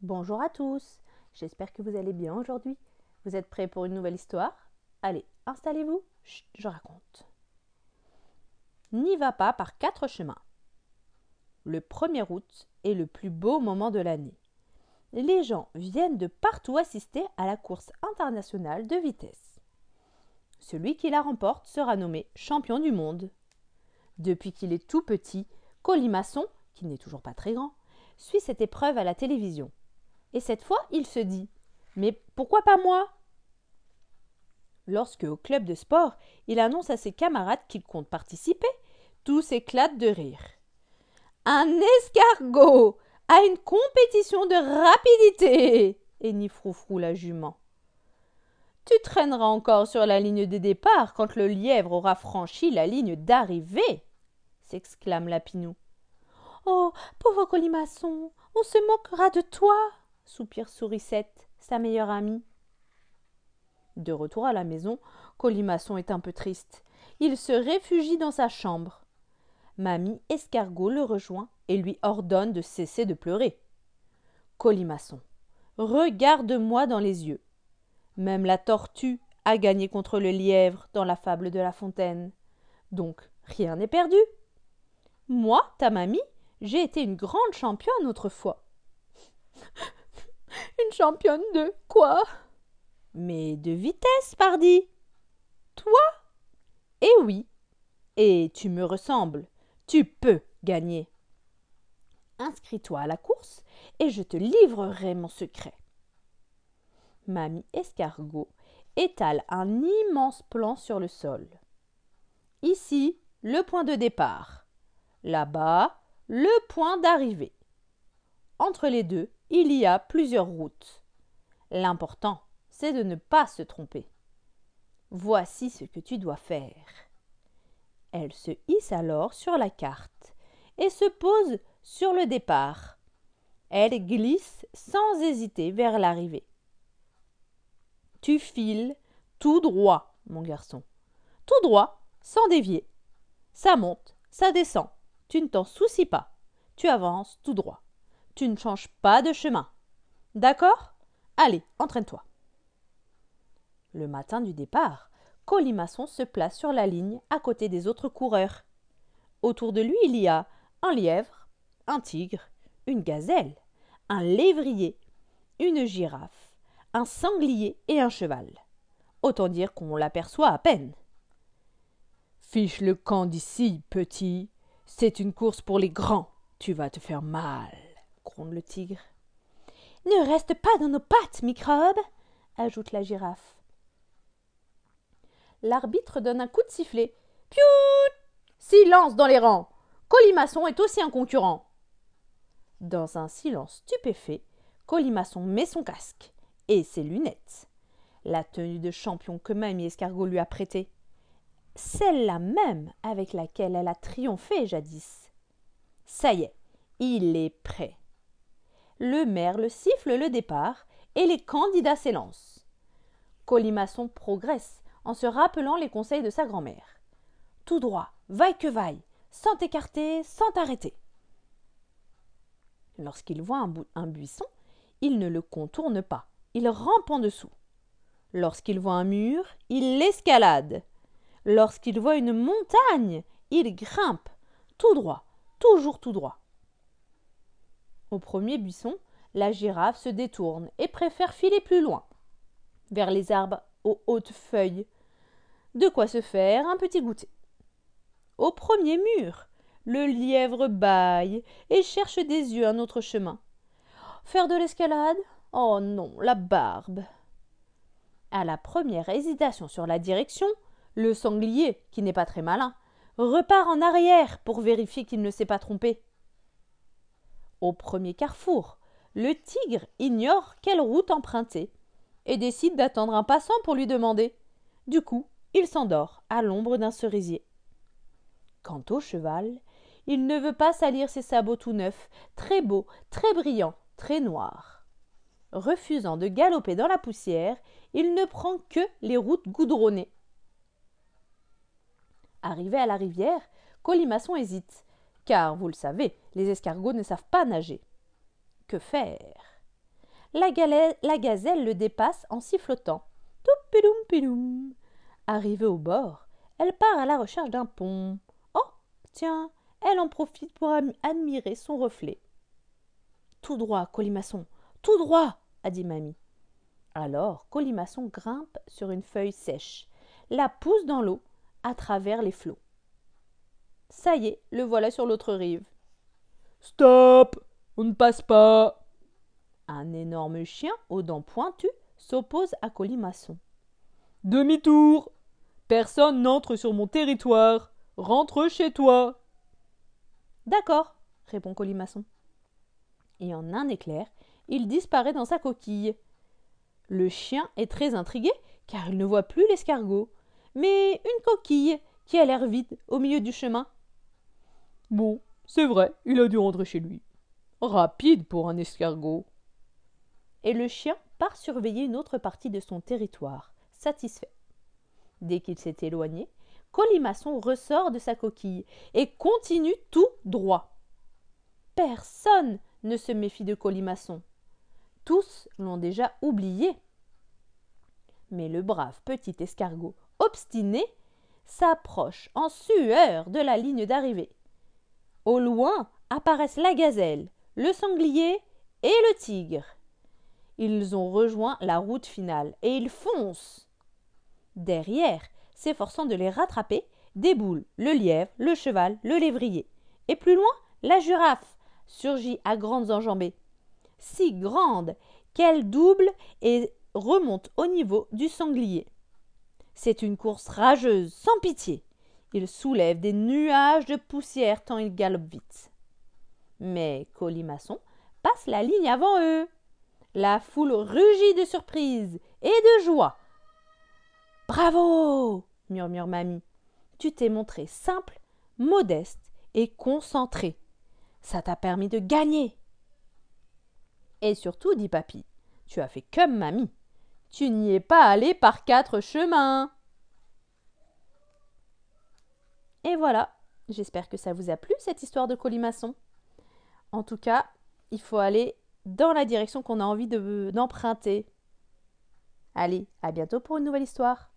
Bonjour à tous, j'espère que vous allez bien aujourd'hui. Vous êtes prêts pour une nouvelle histoire? Allez, installez-vous, chut, je raconte. N'y va pas par 4 chemins. Le 1er août est le plus beau moment de l'année. Les gens viennent de partout assister à la course internationale de vitesse. Celui qui la remporte sera nommé champion du monde. Depuis qu'il est tout petit, Colimaçon, qui n'est toujours pas très grand, suit cette épreuve à la télévision. Et cette fois, il se dit « Mais pourquoi pas moi ?» Lorsque, au club de sport, il annonce à ses camarades qu'il compte participer, tous éclatent de rire. « Un escargot à une compétition de rapidité !» hennit Froufrou la jument. « Tu traîneras encore sur la ligne de départ quand le lièvre aura franchi la ligne d'arrivée !» s'exclame Lapinou. « Oh, pauvre Colimaçon, on se moquera de toi !» soupire Sourisette, sa meilleure amie. De retour à la maison, Colimaçon est un peu triste. Il se réfugie dans sa chambre. Mamie Escargot le rejoint et lui ordonne de cesser de pleurer. Colimaçon, regarde-moi dans les yeux. Même la tortue a gagné contre le lièvre dans la fable de La Fontaine. Donc, rien n'est perdu. Moi, ta mamie, j'ai été une grande championne autrefois. Une championne de quoi? Mais de vitesse, pardi. Toi? Eh oui. Et tu me ressembles. Tu peux gagner. Inscris-toi à la course et je te livrerai mon secret. Mamie Escargot étale un immense plan sur le sol. Ici, le point de départ. Là-bas, le point d'arrivée. Entre les deux, il y a plusieurs routes. L'important, c'est de ne pas se tromper. Voici ce que tu dois faire. Elle se hisse alors sur la carte et se pose sur le départ. Elle glisse sans hésiter vers l'arrivée. Tu files tout droit, mon garçon. Tout droit, sans dévier. Ça monte, ça descend. Tu ne t'en soucies pas. Tu avances tout droit. Tu ne changes pas de chemin. D'accord? Allez, entraîne-toi. Le matin du départ, Colimaçon se place sur la ligne à côté des autres coureurs. Autour de lui, il y a un lièvre, un tigre, une gazelle, un lévrier, une girafe, un sanglier et un cheval. Autant dire qu'on l'aperçoit à peine. Fiche le camp d'ici, petit. C'est une course pour les grands. Tu vas te faire mal, gronde le tigre. Ne reste pas dans nos pattes, microbe, ajoute la girafe. L'arbitre donne un coup de sifflet. Piout! Silence dans les rangs. Colimaçon est aussi un concurrent. Dans un silence stupéfait, Colimaçon met son casque et ses lunettes. La tenue de champion que Mamie Escargot lui a prêtée. Celle-là même avec laquelle elle a triomphé jadis. Ça y est, il est prêt. Le merle siffle le départ et les candidats s'élancent. Colimaçon progresse en se rappelant les conseils de sa grand-mère. Tout droit, vaille que vaille, sans t'écarter, sans t'arrêter. Lorsqu'il voit un buisson, il ne le contourne pas, il rampe en dessous. Lorsqu'il voit un mur, il l'escalade. Lorsqu'il voit une montagne, il grimpe, tout droit, toujours tout droit. Au premier buisson, la girafe se détourne et préfère filer plus loin, vers les arbres aux hautes feuilles. De quoi se faire un petit goûter. Au premier mur, le lièvre bâille et cherche des yeux un autre chemin. Faire de l'escalade? Oh non, la barbe. À la première hésitation sur la direction, le sanglier, qui n'est pas très malin, repart en arrière pour vérifier qu'il ne s'est pas trompé. Au premier carrefour, le tigre ignore quelle route emprunter et décide d'attendre un passant pour lui demander. Du coup, il s'endort à l'ombre d'un cerisier. Quant au cheval, il ne veut pas salir ses sabots tout neufs, très beaux, très brillants, très noirs. Refusant de galoper dans la poussière, il ne prend que les routes goudronnées. Arrivé à la rivière, Colimaçon hésite, car, vous le savez, les escargots ne savent pas nager. Que faire? La gazelle le dépasse en sifflotant. Toupidoum pidoum. Arrivée au bord, elle part à la recherche d'un pont. Oh, tiens, elle en profite pour admirer son reflet. Tout droit, Colimaçon, tout droit, a dit Mamie. Alors, Colimaçon grimpe sur une feuille sèche, la pousse dans l'eau, à travers les flots. Ça y est, le voilà sur l'autre rive. Stop, on ne passe pas. Un énorme chien aux dents pointues s'oppose à Colimaçon. Demi-tour. Personne n'entre sur mon territoire. Rentre chez toi. D'accord, répond Colimaçon. Et en un éclair, il disparaît dans sa coquille. Le chien est très intrigué car il ne voit plus l'escargot, mais une coquille qui a l'air vide au milieu du chemin. Bon, c'est vrai, il a dû rentrer chez lui. Rapide pour un escargot. Et le chien part surveiller une autre partie de son territoire, satisfait. Dès qu'il s'est éloigné, Colimaçon ressort de sa coquille et continue tout droit. Personne ne se méfie de Colimaçon. Tous l'ont déjà oublié. Mais le brave petit escargot, obstiné, s'approche en sueur de la ligne d'arrivée. Au loin apparaissent la gazelle, le sanglier et le tigre. Ils ont rejoint la route finale et ils foncent. Derrière, s'efforçant de les rattraper, déboule le lièvre, le cheval, le lévrier. Et plus loin, la girafe surgit à grandes enjambées, si grande qu'elle double et remonte au niveau du sanglier. C'est une course rageuse, sans pitié. Il soulève des nuages de poussière tant il galope vite. Mais Colimaçon passe la ligne avant eux. La foule rugit de surprise et de joie. « Bravo !» murmure Mamie. « Tu t'es montré simple, modeste et concentré. Ça t'a permis de gagner. » Et surtout, dit Papy, tu as fait comme Mamie. Tu n'y es pas allé par 4 chemins. Et voilà, j'espère que ça vous a plu cette histoire de Colimaçon. En tout cas, il faut aller dans la direction qu'on a envie d'emprunter. Allez, à bientôt pour une nouvelle histoire.